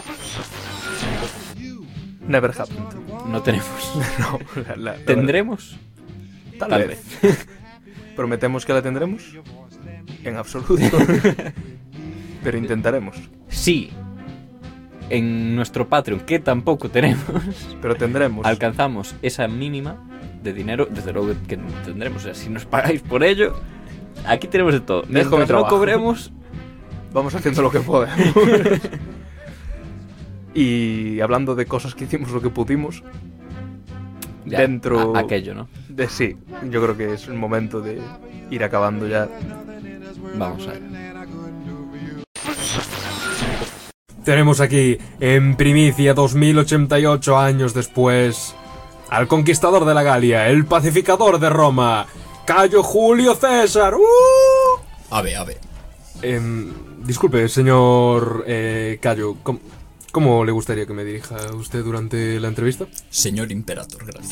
Never happened. No tenemos. No, la, la, la, ¿Tendremos? Tal, Tal vez. vez. ¿Prometemos que la tendremos? En absoluto. Pero intentaremos. Sí. En nuestro Patreon, que tampoco tenemos, pero tendremos, alcanzamos esa mínima de dinero, desde luego que tendremos. O sea, si nos pagáis por ello, aquí tenemos de todo. Mientras no cobremos, vamos haciendo lo que podemos. Y hablando de cosas que hicimos lo que pudimos, ya, dentro a, aquello, ¿no? De sí, yo creo que es el momento de ir acabando ya. Vamos a ver. Tenemos aquí, en primicia, dos mil ochenta y ocho años después, al conquistador de la Galia, el pacificador de Roma, Cayo Julio César. ¡Uh! Ave, ave. Eh, disculpe, señor eh, Cayo, ¿cómo, ¿cómo le gustaría que me dirija a usted durante la entrevista? Señor Imperator, gracias.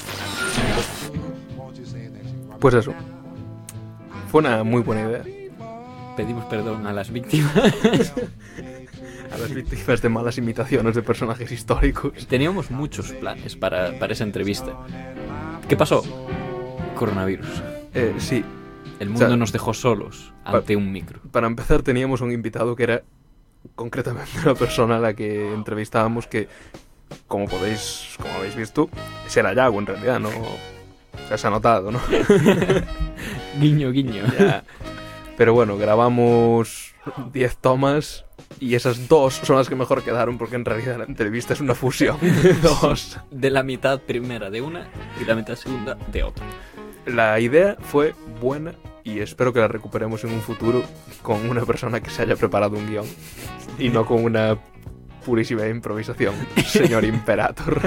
Pues eso. Fue una muy buena idea. Pedimos perdón a las víctimas. A las víctimas de malas imitaciones de personajes históricos. Teníamos muchos planes para, para esa entrevista. ¿Qué pasó? Coronavirus. Eh, sí. El mundo o sea, nos dejó solos ante un micro. Para empezar, teníamos un invitado que era concretamente una persona a la que entrevistábamos que, como podéis, como habéis visto, era Yago en realidad, no... O sea, se ha notado, ¿no? Guiño, guiño. Ya. Pero bueno, grabamos diez tomas y esas dos son las que mejor quedaron porque en realidad la entrevista es una fusión de dos. De la mitad primera de una y la mitad segunda de otra. La idea fue buena y espero que la recuperemos en un futuro con una persona que se haya preparado un guión y no con una purísima improvisación, señor Imperator.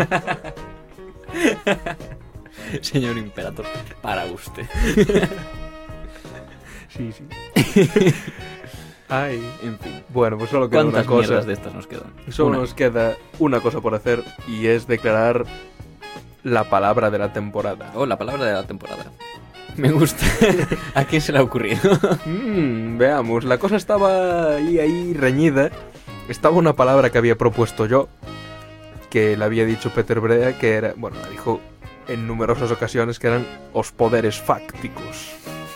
Señor Imperator, para usted. Sí, sí. Ay, en fin. Bueno, pues solo queda una cosa. ¿Cuántas de estas nos quedan? Solo una. nos queda una cosa por hacer y es declarar la palabra de la temporada. Oh, la palabra de la temporada. Me gusta. ¿A quién se le ha ocurrido? mm, veamos, la cosa estaba ahí, ahí reñida. Estaba una palabra que había propuesto yo, que le había dicho Peter Brea, que era, bueno, la dijo en numerosas ocasiones, que eran os poderes fácticos.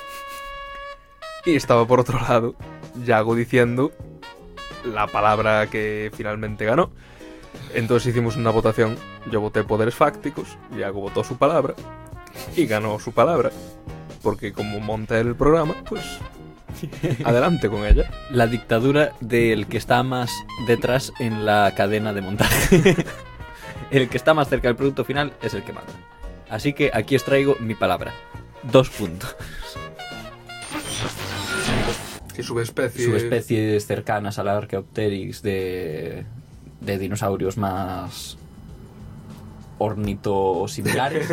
Y estaba por otro lado Yago diciendo la palabra que finalmente ganó. Entonces hicimos una votación. Yo voté poderes fácticos, Yago votó su palabra y ganó su palabra. Porque como monta el programa, pues adelante con ella. La dictadura del que está más detrás en la cadena de montaje. El que está más cerca del producto final es el que manda. Así que aquí os traigo mi palabra. Dos puntos. Y subespecies... Subespecies cercanas a la Archaeopteryx de, de dinosaurios más ornitosimilares.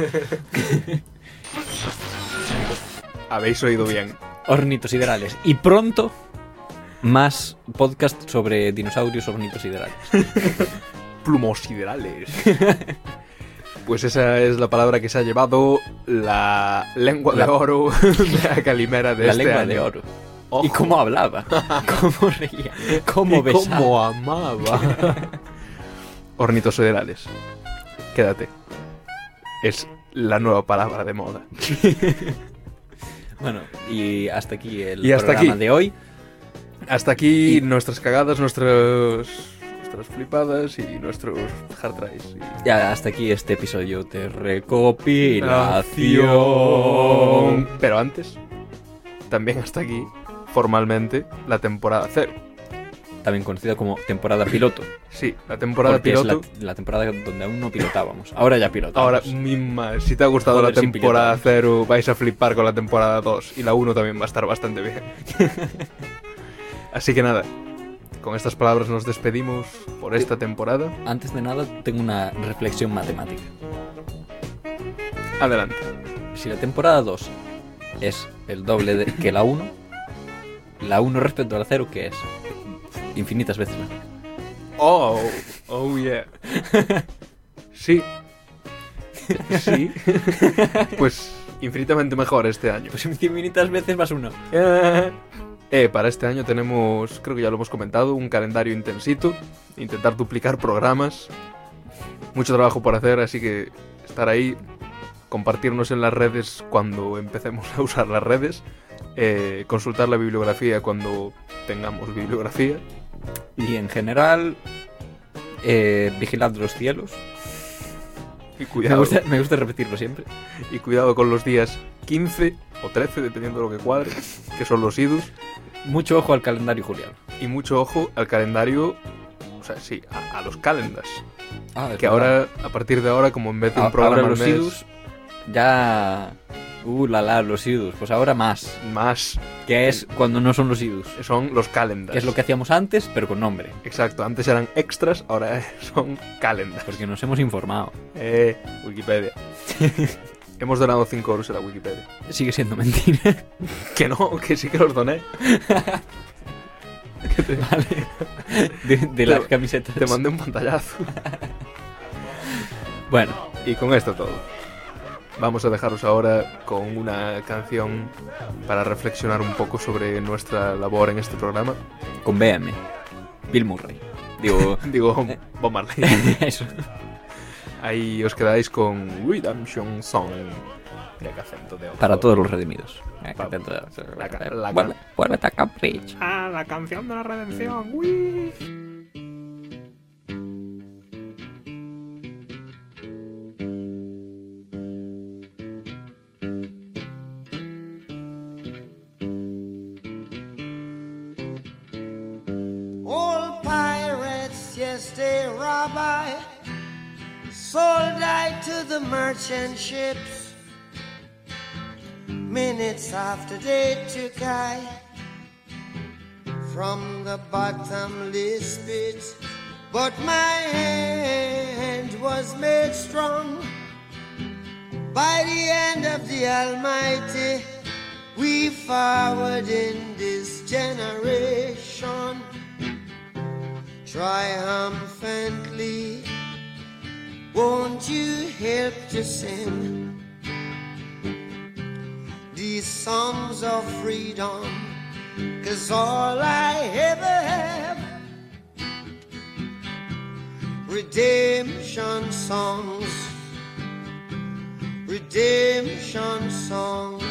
Habéis oído bien. Ornitosiderales. Y pronto, más podcast sobre dinosaurios ornitosiderales. Plumosiderales. Pues esa es la palabra que se ha llevado la lengua la... de oro de la Calimera de la este lengua año. de oro. Ojo. Y cómo hablaba, cómo reía, cómo y besaba. Cómo amaba. Ornitosiderales. Quédate. Es la nueva palabra de moda. Bueno, y hasta aquí el y hasta programa aquí. de hoy. Hasta aquí y... nuestras cagadas, nuestros, nuestras flipadas y nuestros hard tries. Y... Ya, hasta aquí este episodio de recopilación. Pero antes, también hasta aquí, formalmente, la temporada cero. También conocida como temporada piloto. Sí, la temporada Porque piloto. es la, la temporada donde aún no pilotábamos. Ahora ya pilotamos. Ahora, misma, si te ha gustado Joder, la sí temporada pilotamos. cero, vais a flipar con la temporada dos. Y la uno también va a estar bastante bien. Así que nada, con estas palabras nos despedimos por esta temporada. Antes de nada, tengo una reflexión matemática. Adelante. Si la temporada dos es el doble de, que la uno, la uno respecto a la cero, ¿qué es? Infinitas veces más. Oh, oh yeah. Sí. Sí. Pues infinitamente mejor este año. Pues infinitas veces más uno. Eh, para este año tenemos, creo que ya lo hemos comentado, un calendario intensito. Intentar duplicar programas. Mucho trabajo por hacer, así que estar ahí, compartirnos en las redes cuando empecemos a usar las redes. Eh, consultar la bibliografía cuando tengamos bibliografía. Y en general, eh, vigilad los cielos. Y cuidado. Me gusta, me gusta repetirlo siempre. Y cuidado con los días quince o trece, dependiendo de lo que cuadre, que son los idus. Mucho ojo al calendario juliano. Y mucho ojo al calendario, o sea, sí, a, a los calendars. Ah, que verdad. ahora, a partir de ahora, como en vez de un A, programa ahora al los mes, idus ya... Uh, la la, los idus. Pues ahora más. Más. Que es cuando no son los idus. Son los calendars. Que es lo que hacíamos antes, pero con nombre. Exacto, antes eran extras, ahora son calendars. Porque nos hemos informado. Eh, Wikipedia. Hemos donado cinco euros en la Wikipedia. Sigue siendo mentira. Que no, que sí que los doné. Que te... Vale. De, de te, las camisetas. Te mandé un pantallazo. Bueno. Y con esto todo. Vamos a dejaros ahora con una canción para reflexionar un poco sobre nuestra labor en este programa. Con B M. Bill Murray. Digo... Digo, Bob Marley. Eso. Ahí os quedáis con Redemption Song. Mira qué acento de ojo. Para todos los redimidos. Pa, la, la, la, Vuelve, vuélvete a Cambridge. Ah, la canción de la redención. Uy. Rabbi sold I to the merchant ships. Minutes after they took I from the bottomless pit, but my hand was made strong by the hand of the Almighty. We forward in this generation triumphantly. Won't you help to sing these songs of freedom? 'Cause all I ever have, redemption songs, redemption songs.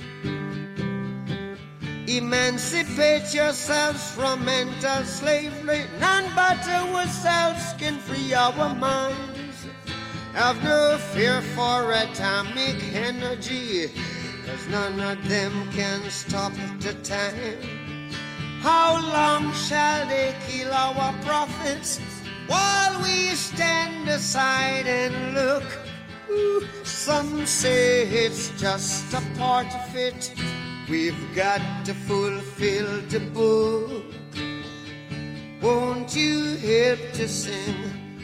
Emancipate yourselves from mental slavery. None but ourselves can free our minds. Have no fear for atomic energy, 'cause none of them can stop the time. How long shall they kill our prophets while we stand aside and look? Ooh, some say it's just a part of it. We've got to fulfill the book. Won't you help to sing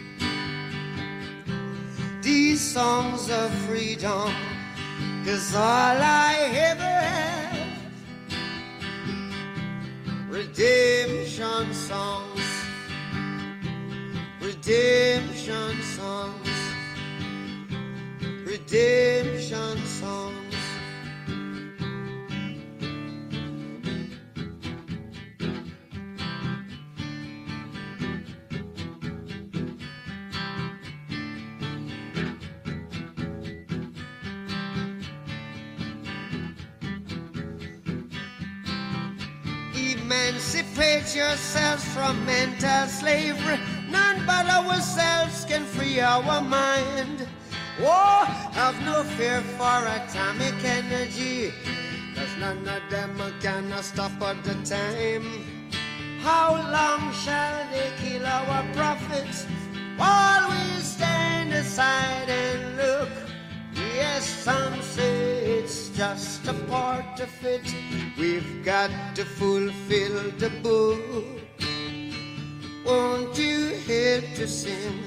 these songs of freedom? 'Cause all I ever have, redemption songs, redemption songs, redemption songs. Emancipate yourselves from mental slavery. none but ourselves can free our mind. Oh, have no fear for atomic energy, 'cause none of them can stop at the time. How long shall they kill our prophets while we stand aside and look? Yes, some say it's just a part of it. We've got to fulfill the book. Won't you help to sing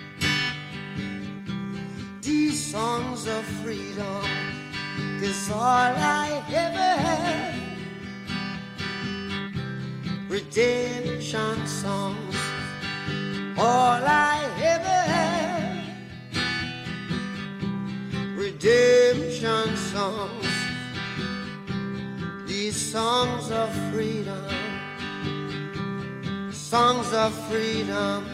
these songs of freedom? 'Cause all I ever had, redemption songs, all I ever had, redemption songs, these songs of freedom, songs of freedom.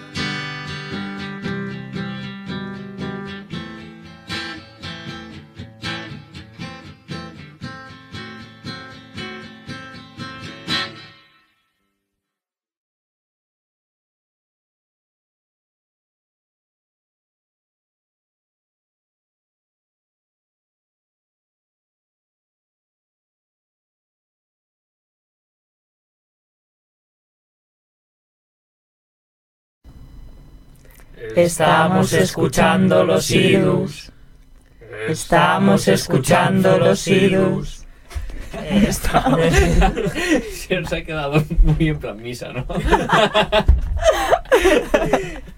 Estamos escuchando los idus. Estamos escuchando los idus. Estamos... Se nos ha quedado muy en plan misa, ¿no?